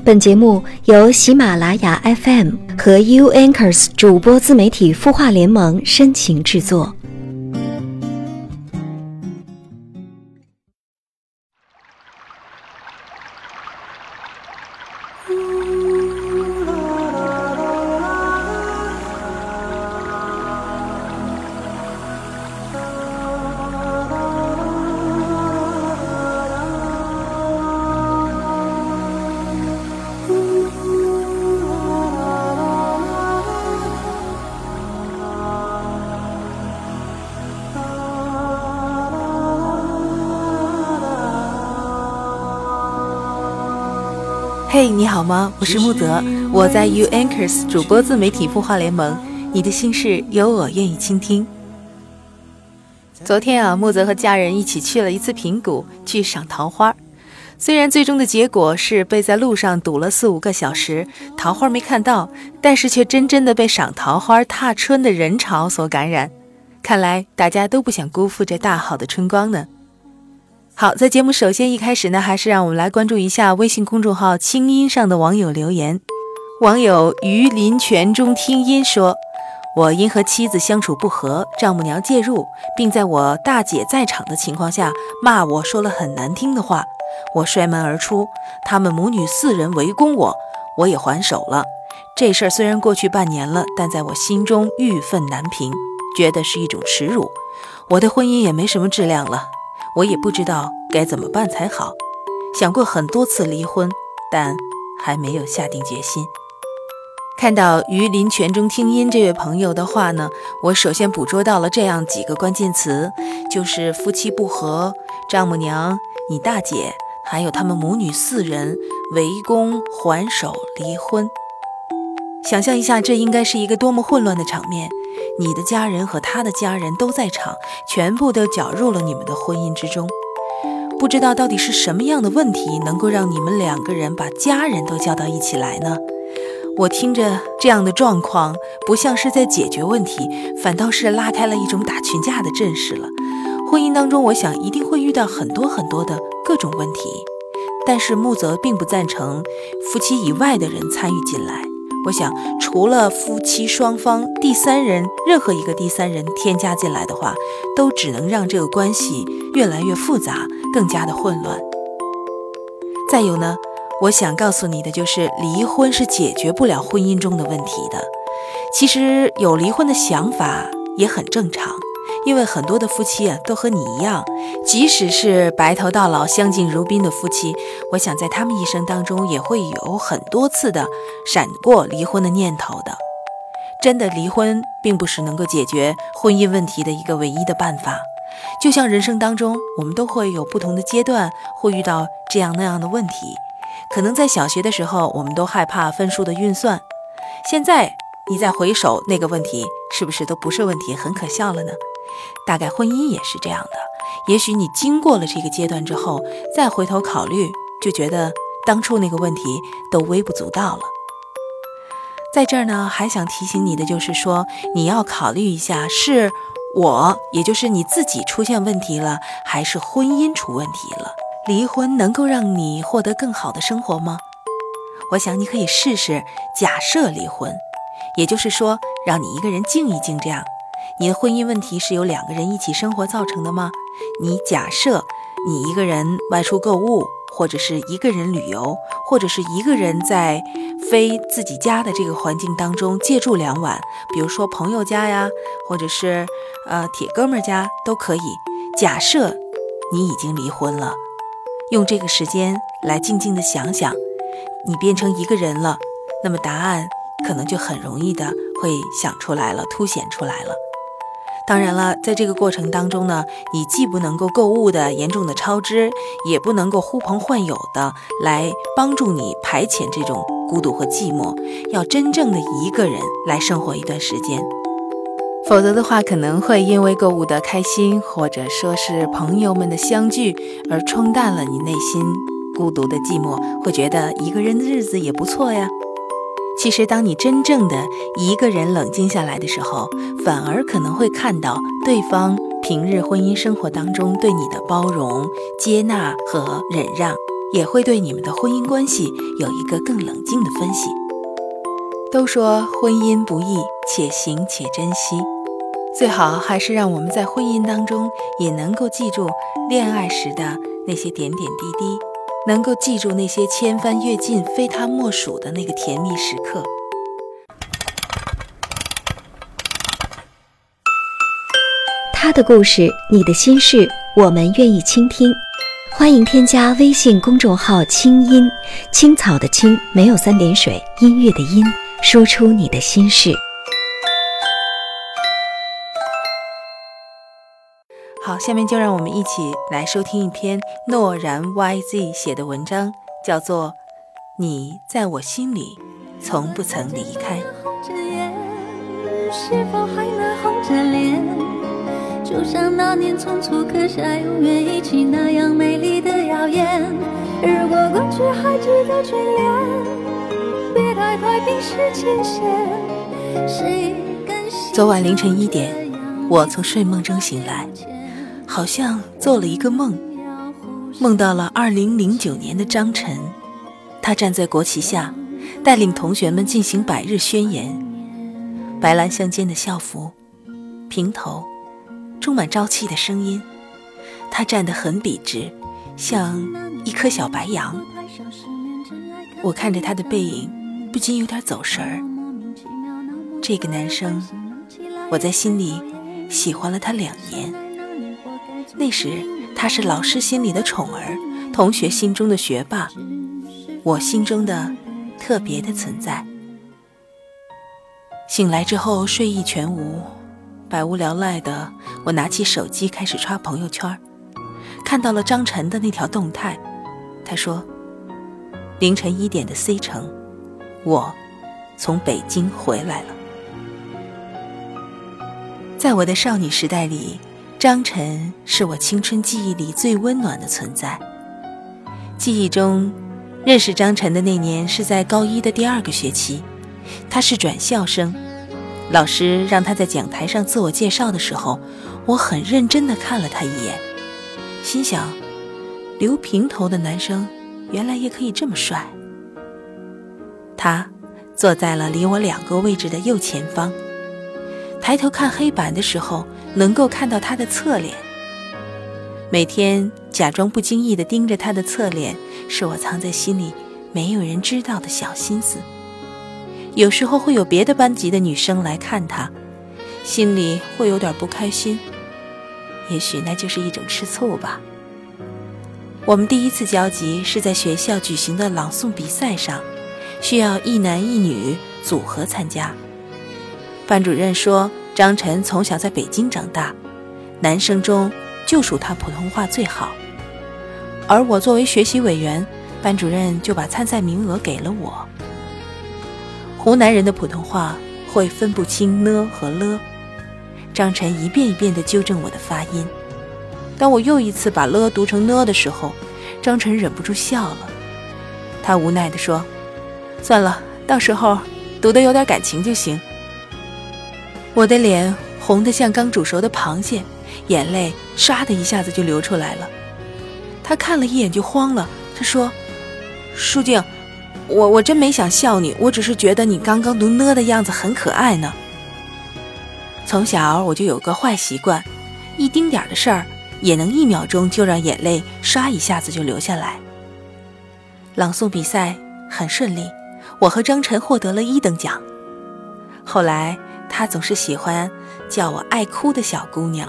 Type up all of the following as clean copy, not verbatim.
本节目由喜马拉雅 FM 和 U Anchors 主播自媒体孵化联盟深情制作。 嘿，你好吗？我是木泽，我在 U Anchors 主播自媒体孵化联盟，你的心事有我愿意倾听。昨天木泽和家人一起去了一次平谷去赏桃花，虽然最终的结果是被在路上堵了4-5个小时，桃花没看到，但是却真正的被赏桃花踏春的人潮所感染，看来大家都不想辜负这大好的春光呢。好，在节目首先一开始呢，还是让我们来关注一下微信公众号清音上的网友留言。网友于林泉中听音说，我因和妻子相处不和，丈母娘介入，并在我大姐在场的情况下骂我，说了很难听的话，我摔门而出，他们母女4人围攻我，我也还手了。这事儿虽然过去半年了，但在我心中郁愤难平，觉得是一种耻辱，我的婚姻也没什么质量了，我也不知道该怎么办才好，想过很多次离婚，但还没有下定决心。看到于林泉中听音这位朋友的话呢，我首先捕捉到了这样几个关键词，就是夫妻不和、丈母娘、你大姐，还有他们母女4人围攻、还手、离婚。想象一下，这应该是一个多么混乱的场面，你的家人和他的家人都在场，全部都搅入了你们的婚姻之中。不知道到底是什么样的问题能够让你们2个人把家人都叫到一起来呢？我听着这样的状况，不像是在解决问题，反倒是拉开了一种打群架的阵势了。婚姻当中，我想一定会遇到很多很多的各种问题，但是木泽并不赞成夫妻以外的人参与进来。我想除了夫妻双方第3人，任何一个第3人添加进来的话，都只能让这个关系越来越复杂，更加的混乱。再有呢，我想告诉你的就是离婚是解决不了婚姻中的问题的。其实有离婚的想法也很正常，因为很多的夫妻都和你一样，即使是白头到老相敬如宾的夫妻，我想在他们一生当中也会有很多次的闪过离婚的念头的。真的离婚并不是能够解决婚姻问题的一个唯一的办法，就像人生当中我们都会有不同的阶段，会遇到这样那样的问题。可能在小学的时候我们都害怕分数的运算，现在你再回首那个问题，是不是都不是问题，很可笑了呢？大概婚姻也是这样的，也许你经过了这个阶段之后，再回头考虑，就觉得当初那个问题都微不足道了。在这儿呢，还想提醒你的就是说，你要考虑一下，是我，也就是你自己出现问题了，还是婚姻出问题了？离婚能够让你获得更好的生活吗？我想你可以试试假设离婚，也就是说让你一个人静一静，这样你的婚姻问题是由2个人一起生活造成的吗？你假设你一个人外出购物，或者是一个人旅游，或者是一个人在非自己家的这个环境当中借住2晚，比如说朋友家呀，或者是铁哥们家都可以。假设你已经离婚了，用这个时间来静静的想想，你变成一个人了，那么答案可能就很容易的会想出来了，凸显出来了。当然了，在这个过程当中呢，你既不能够购物的严重的超支，也不能够呼朋唤友的来帮助你排遣这种孤独和寂寞，要真正的一个人来生活一段时间。否则的话，可能会因为购物的开心，或者说是朋友们的相聚，而冲淡了你内心孤独的寂寞，会觉得一个人的日子也不错呀。其实当你真正的一个人冷静下来的时候，反而可能会看到对方平日婚姻生活当中对你的包容、接纳和忍让， 也会对你们的婚姻关系有一个更冷静的分析。都说婚姻不易，且行且珍惜，最好还是让我们在婚姻当中也能够记住恋爱时的那些点点滴滴，能够记住那些千帆越尽非他莫属的那个甜蜜时刻。 他的故事，你的心事，我们愿意倾听。欢迎添加微信公众号清音，青草的青，没有3点水，音乐的音，说出你的心事。 好，下面就让我们一起来收听一篇诺然 YZ 写的文章，叫做《你在我心里从不曾离开》。 是否还能红着脸，就像那年匆促刻下永远一起那样美丽的谣言。如果过去还值得眷恋，别太快冰释前嫌。谁甘心？ 昨晚凌晨1点，我从睡梦中醒来，好像做了一个梦，梦到了2009年的张晨，他站在国旗下，带领同学们进行百日宣言，白蓝相间的校服，平头，充满朝气的声音，他站得很笔直，像一颗小白杨。我看着他的背影，不禁有点走神儿。这个男生，我在心里喜欢了他2年。那时他是老师心里的宠儿，同学心中的学霸，我心中的特别的存在。醒来之后睡意全无，百无聊赖的我拿起手机开始刷朋友圈，看到了张晨的那条动态。他说，凌晨1点的 C 城，我从北京回来了。在我的少女时代里，张晨是我青春记忆里最温暖的存在。记忆中认识张晨的那年是在高1的第2个学期，他是转校生，老师让他在讲台上自我介绍的时候，我很认真地看了他一眼，心想，留平头的男生原来也可以这么帅。他坐在了离我2个位置的右前方，抬头看黑板的时候能够看到他的侧脸。每天假装不经意地盯着他的侧脸，是我藏在心里没有人知道的小心思。有时候会有别的班级的女生来看他，心里会有点不开心，也许那就是一种吃醋吧。我们第一次交集是在学校举行的朗诵比赛上，需要1男1女组合参加。班主任说张晨从小在北京长大，男生中就属他普通话最好，而我作为学习委员，班主任就把参赛名额给了我。湖南人的普通话会分不清呢和了，张晨一遍一遍地纠正我的发音。当我又一次把了读成呢的时候，张晨忍不住笑了。他无奈地说，算了，到时候读得有点感情就行。我的脸红得像刚煮熟的螃蟹，眼泪唰的一下子就流出来了。他看了一眼就慌了，他说，舒静，我真没想笑你，我只是觉得你刚刚读呢的样子很可爱呢。从小我就有个坏习惯，一丁点的事儿也能1秒钟就让眼泪唰一下子就流下来。朗诵比赛很顺利，我和张晨获得了1等奖。后来他总是喜欢叫我爱哭的小姑娘。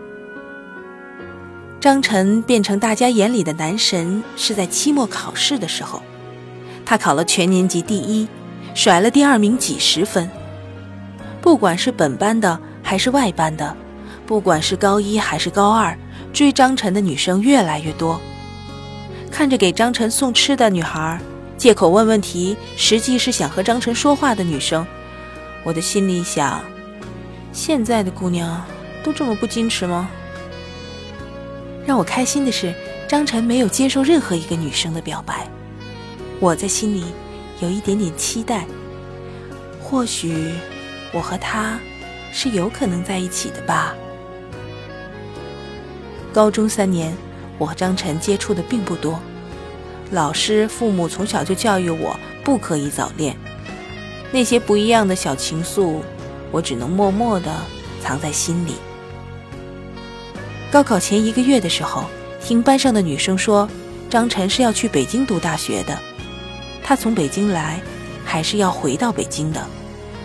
张晨变成大家眼里的男神是在期末考试的时候，他考了全年级第1，甩了第2名几10分。不管是本班的还是外班的，不管是高1还是高2，追张晨的女生越来越多。看着给张晨送吃的女孩，借口问问题，实际是想和张晨说话的女生，我的心里想，现在的姑娘都这么不矜持吗？让我开心的是，张晨没有接受任何一个女生的表白。我在心里有一点点期待，或许我和他是有可能在一起的吧。高中3年，我和张晨接触的并不多， 老师、父母从小就教育我不可以早恋。那些不一样的小情愫，我只能默默地藏在心里。高考前1个月的时候，听班上的女生说，张晨是要去北京读大学的，他从北京来，还是要回到北京的。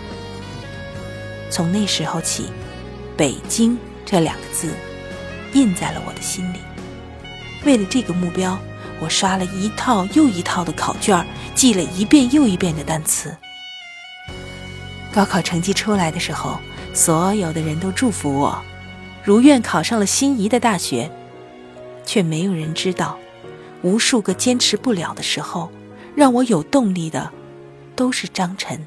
从那时候起，北京这2个字印在了我的心里。为了这个目标，我刷了一套又一套的考卷，记了一遍又一遍的单词。高考成绩出来的时候，所有的人都祝福我，如愿考上了心仪的大学，却没有人知道，无数个坚持不了的时候，让我有动力的都是张晨。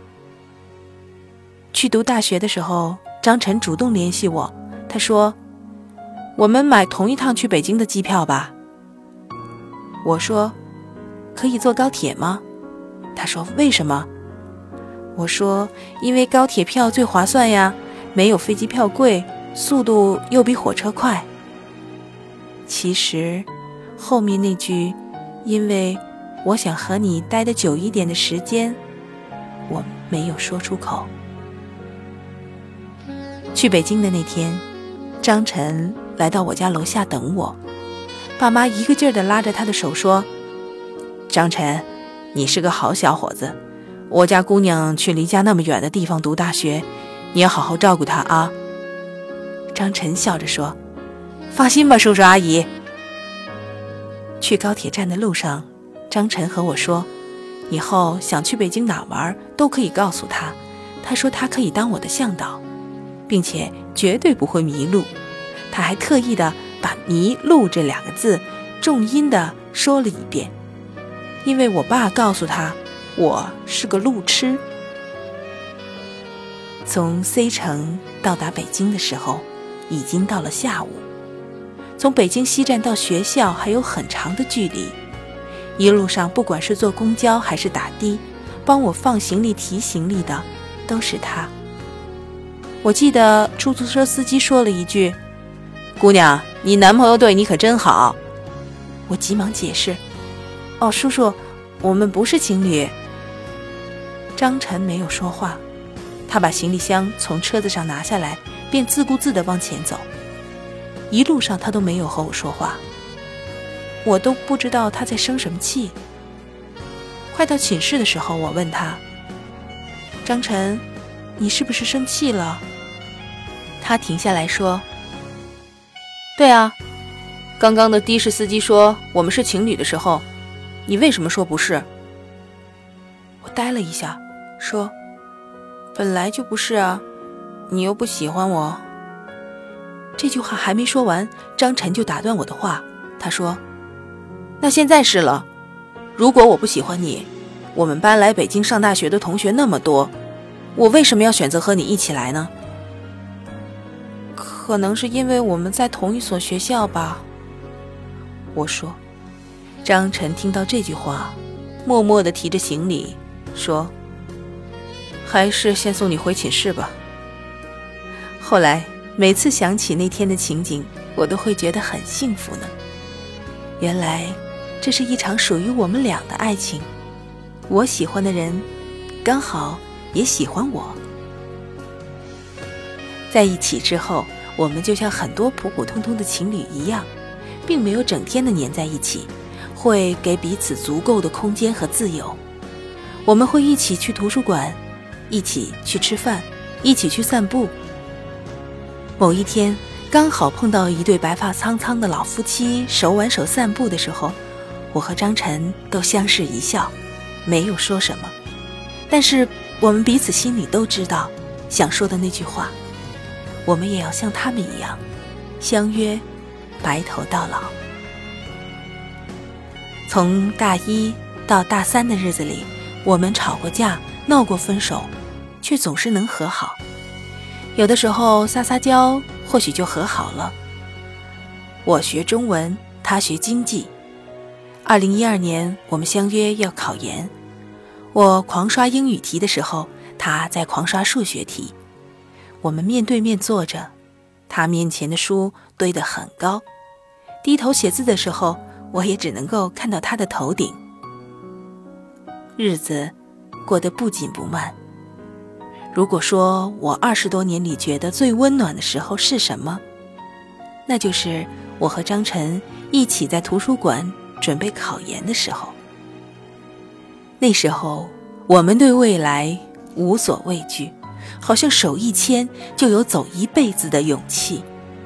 去读大学的时候，张晨主动联系我，他说，我们买同一趟去北京的机票吧。我说，可以坐高铁吗？他说，为什么？我说，因为高铁票最划算呀，没有飞机票贵，速度又比火车快。其实后面那句因为我想和你待得久一点的时间，我没有说出口。去北京的那天，张晨来到我家楼下等我，爸妈一个劲儿地拉着他的手说，张晨，你是个好小伙子，我家姑娘去离家那么远的地方读大学，你要好好照顾她啊。张晨笑着说，放心吧，叔叔阿姨。去高铁站的路上，张晨和我说，以后想去北京哪玩都可以告诉他，他说他可以当我的向导，并且绝对不会迷路。他还特意的把迷路这2个字重音的说了一遍，因为我爸告诉他我是个路痴。从 C 城到达北京的时候，已经到了下午。从北京西站到学校还有很长的距离，一路上不管是坐公交还是打的，帮我放行李提行李的都是他。我记得出租车司机说了一句，姑娘，你男朋友对你可真好。我急忙解释，哦，叔叔，我们不是情侣。张晨没有说话，他把行李箱从车子上拿下来，便自顾自地往前走。一路上他都没有和我说话，我都不知道他在生什么气。快到寝室的时候，我问他，张晨，你是不是生气了？他停下来说，对啊，刚刚的的士司机说我们是情侣的时候，你为什么说不是？我呆了一下，说，本来就不是啊，你又不喜欢我。这句话还没说完，张晨就打断我的话，他说，那现在是了，如果我不喜欢你，我们班来北京上大学的同学那么多，我为什么要选择和你一起来呢？可能是因为我们在同一所学校吧，我说。张晨听到这句话，默默地提着行李说，还是先送你回寝室吧。后来每次想起那天的情景，我都会觉得很幸福呢。原来这是一场属于我们俩的爱情，我喜欢的人刚好也喜欢我。在一起之后，我们就像很多普普通通的情侣一样，并没有整天的黏在一起，会给彼此足够的空间和自由。我们会一起去图书馆，一起去吃饭，一起去散步。某一天刚好碰到一对白发苍苍的老夫妻手挽手散步的时候，我和张晨都相视一笑，没有说什么，但是我们彼此心里都知道想说的那句话，我们也要像他们一样相约白头到老。从大1到大3的日子里，我们吵过架，闹过分手，却总是能和好。有的时候撒撒娇，或许就和好了。我学中文，他学经济。2012年，我们相约要考研。我狂刷英语题的时候，他在狂刷数学题。我们面对面坐着，他面前的书堆得很高。低头写字的时候， 我也只能够看到他的头顶。日子过得不紧不慢。如果说我20多年里觉得最温暖的时候是什么，那就是我和张晨一起在图书馆准备考研的时候。那时候我们对未来无所畏惧，好像手一牵就有走一辈子的勇气。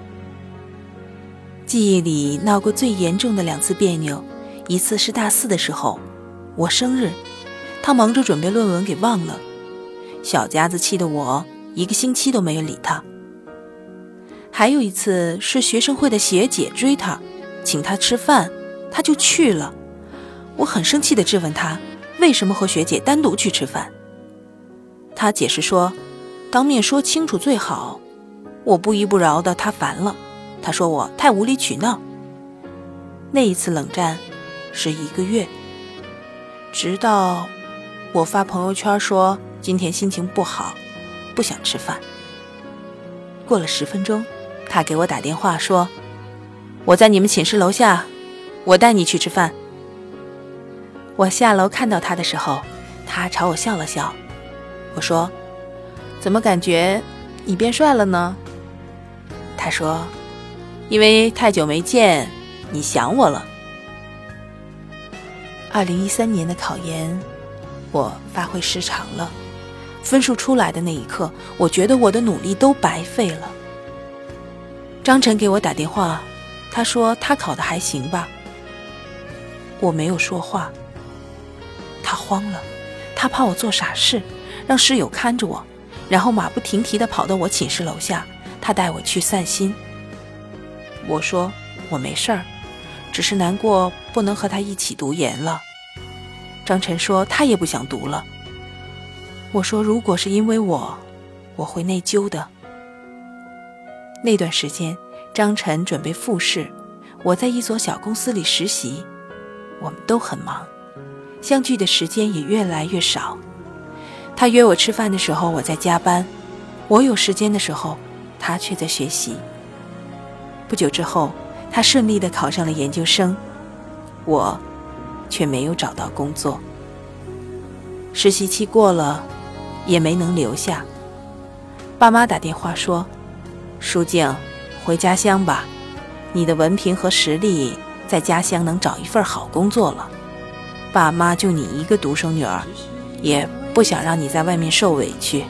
记忆里闹过最严重的2次别扭，一次是大4的时候，我生日，他忙着准备论文给忘了，小家子气得我1个星期都没有理他。还有一次是学生会的学姐追他，请他吃饭，他就去了。我很生气地质问他，为什么和学姐单独去吃饭？他解释说，当面说清楚最好。我不依不饶的，他烦了，他说我太无理取闹。那一次冷战是1个月，直到我发朋友圈说今天心情不好，不想吃饭。过了10分钟，他给我打电话说，我在你们寝室楼下，我带你去吃饭。我下楼看到他的时候，他朝我笑了笑。我说，怎么感觉你变帅了呢？他说，因为太久没见，你想我了。2013年的考研，我发挥失常了。分数出来的那一刻，我觉得我的努力都白费了。张晨给我打电话，他说他考得还行吧。我没有说话。他慌了，他怕我做傻事，让室友看着我，然后马不停蹄地跑到我寝室楼下，他带我去散心。我说我没事儿，只是难过不能和他一起读研了。张晨说他也不想读了。我说如果是因为我会内疚的。那段时间张晨准备复试，我在一所小公司里实习，我们都很忙，相聚的时间也越来越少。他约我吃饭的时候我在加班，我有时间的时候他却在学习。不久之后他顺利地考上了研究生，我却没有找到工作。实习期过了也没能留下。爸妈打电话说，舒静，回家乡吧，你的文凭和实力在家乡能找一份好工作了。爸妈就你一个独生女儿，也不想让你在外面受委屈。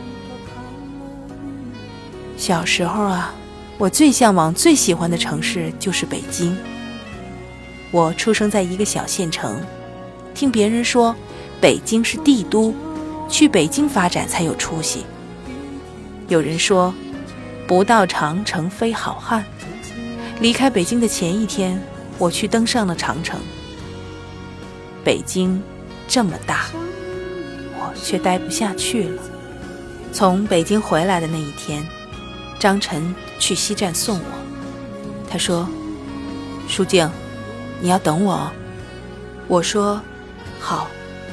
小时候啊，我最向往最喜欢的城市就是北京。我出生在一个小县城，听别人说北京是帝都，去北京发展才有出息。有人说不到长城非好汉，离开北京的前一天，我去登上了长城。北京这么大，我却待不下去了。从北京回来的那一天，张晨去西站送我，他说，舒静，你要等我。我说好。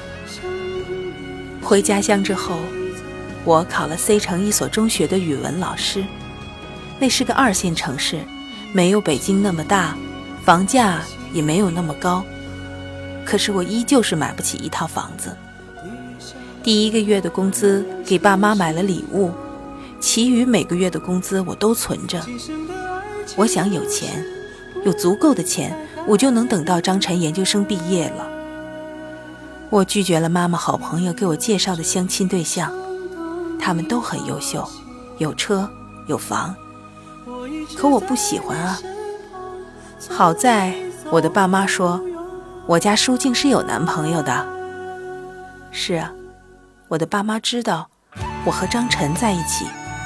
回家乡之后，我考了 C 城一所中学的语文老师。那是个2线城市，没有北京那么大，房价也没有那么高，可是我依旧是买不起一套房子。第1个月的工资给爸妈买了礼物，其余每个月的工资我都存着。我想有钱，有足够的钱，我就能等到张晨研究生毕业了。我拒绝了妈妈好朋友给我介绍的相亲对象，他们都很优秀，有车有房，可我不喜欢啊。好在我的爸妈说我家舒静是有男朋友的。是啊，我的爸妈知道我和张晨在一起。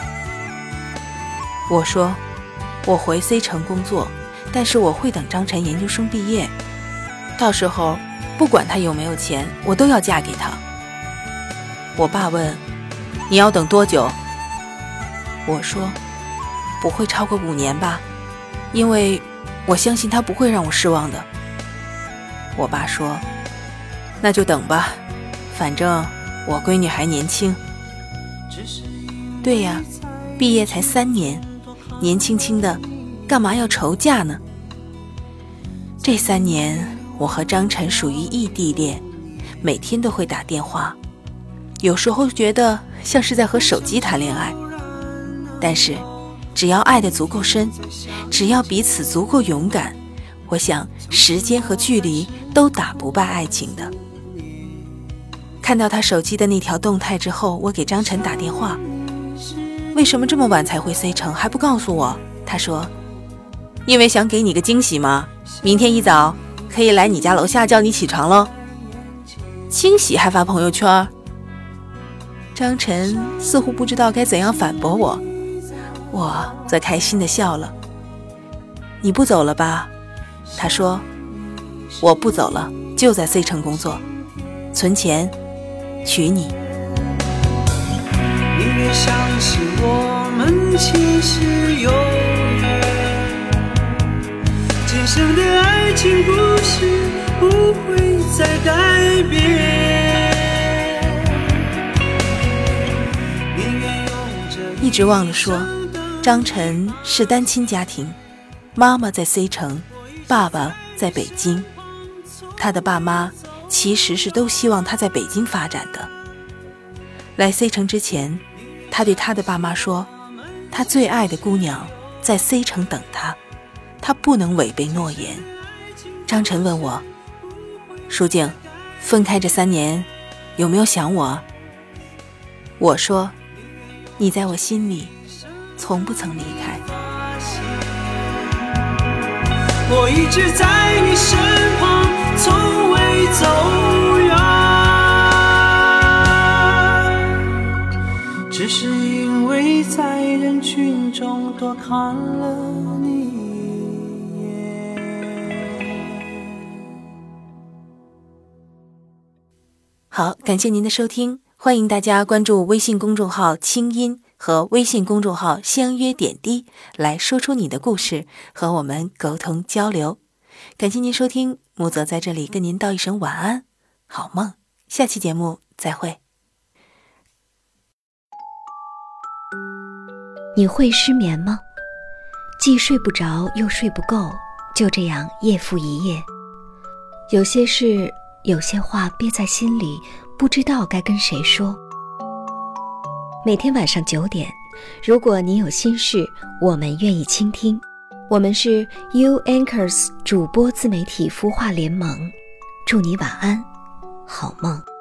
我说我回 C 城工作，但是我会等张晨研究生毕业，到时候不管他有没有钱，我都要嫁给他。我爸问你要等多久？我说不会超过5年吧，因为我相信他不会让我失望的。我爸说那就等吧，反正我闺女还年轻。对呀，毕业才3年，年轻轻的干嘛要愁嫁呢？ 这3年我和张晨属于异地恋，每天都会打电话，有时候觉得像是在和手机谈恋爱，但是只要爱得足够深，只要彼此足够勇敢，我想时间和距离都打不败爱情的。看到他手机的那条动态之后，我给张晨打电话，为什么这么晚才回 C 城还不告诉我？他说，因为想给你个惊喜嘛，明天一早可以来你家楼下叫你起床咯。惊喜还发朋友圈？张晨似乎不知道该怎样反驳我，我则开心地笑了。你不走了吧？他说，我不走了，就在 C 城工作，存钱娶你。 你越相信我们其实永远，今生的爱情故事不会再改变。 一直忘了说，张晨是单亲家庭，妈妈在 C 城，爸爸在北京。他的爸妈其实是都希望他在北京发展的。来 C 城之前，他对他的爸妈说，他最爱的姑娘在 C 城等他，他不能违背诺言。张晨问我，舒静，分开这3年有没有想我？我说，你在我心里从不曾离开。 我一直在你身旁，从未走远，只是因为在人群中多看了你一眼。 好，感谢您的收听，欢迎大家关注微信公众号清音和微信公众号相约点滴，来说出你的故事，和我们沟通交流。感谢您收听，木泽在这里跟您道一声晚安，好梦，下期节目再会。 你会失眠吗？既睡不着又睡不够，就这样夜复一夜。有些事，有些话憋在心里，不知道该跟谁说。每天晚上9点，如果你有心事，我们愿意倾听。我们是 You Anchors 主播自媒体孵化联盟，祝你晚安，好梦。